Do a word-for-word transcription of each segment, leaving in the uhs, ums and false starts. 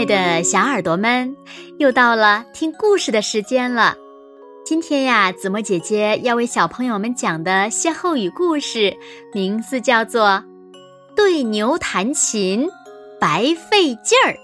爱的小耳朵们，又到了听故事的时间了。今天呀，子墨姐姐要为小朋友们讲的歇后语故事，名字叫做对牛弹琴，白费劲儿。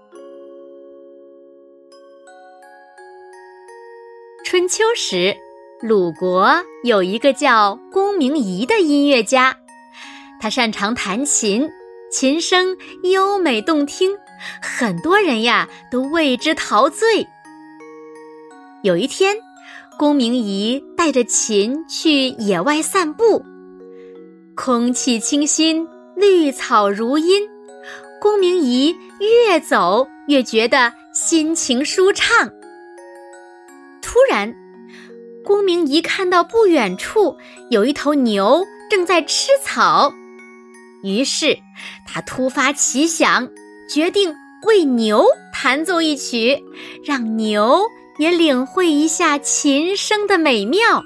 春秋时，鲁国有一个叫公明仪的音乐家，他擅长弹琴，琴声优美动听，很多人呀都为之陶醉。有一天，公明仪带着琴去野外散步，空气清新，绿草如茵，公明仪越走越觉得心情舒畅。突然，公明仪看到不远处有一头牛正在吃草，于是他突发奇想，决定为牛弹奏一曲，让牛也领会一下琴声的美妙。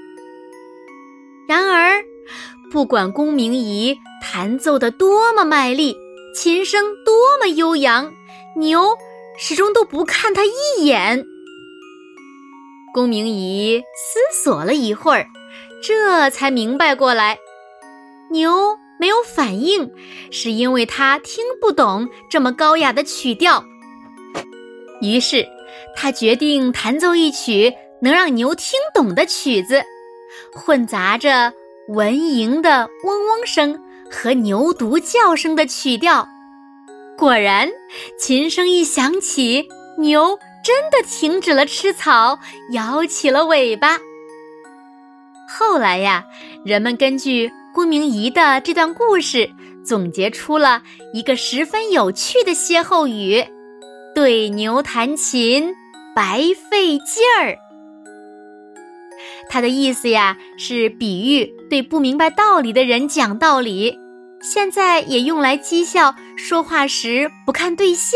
然而，不管公明仪弹奏得多么卖力，琴声多么悠扬，牛始终都不看他一眼。公明仪思索了一会儿，这才明白过来，牛没有反应，是因为他听不懂这么高雅的曲调。于是他决定弹奏一曲能让牛听懂的曲子，混杂着蚊蝇的嗡嗡声和牛犊叫声的曲调。果然，琴声一响起，牛真的停止了吃草，摇起了尾巴。后来呀，人们根据公明仪的这段故事，总结出了一个十分有趣的歇后语：对牛弹琴，白费劲儿。它的意思呀，是比喻对不明白道理的人讲道理，现在也用来讥笑说话时不看对象。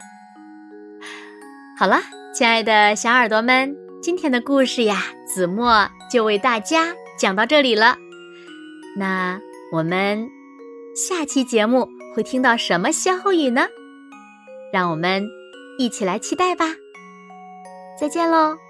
好了，亲爱的小耳朵们，今天的故事呀，子墨就为大家讲到这里了。那我们下期节目会听到什么歇后语呢？让我们一起来期待吧。再见喽。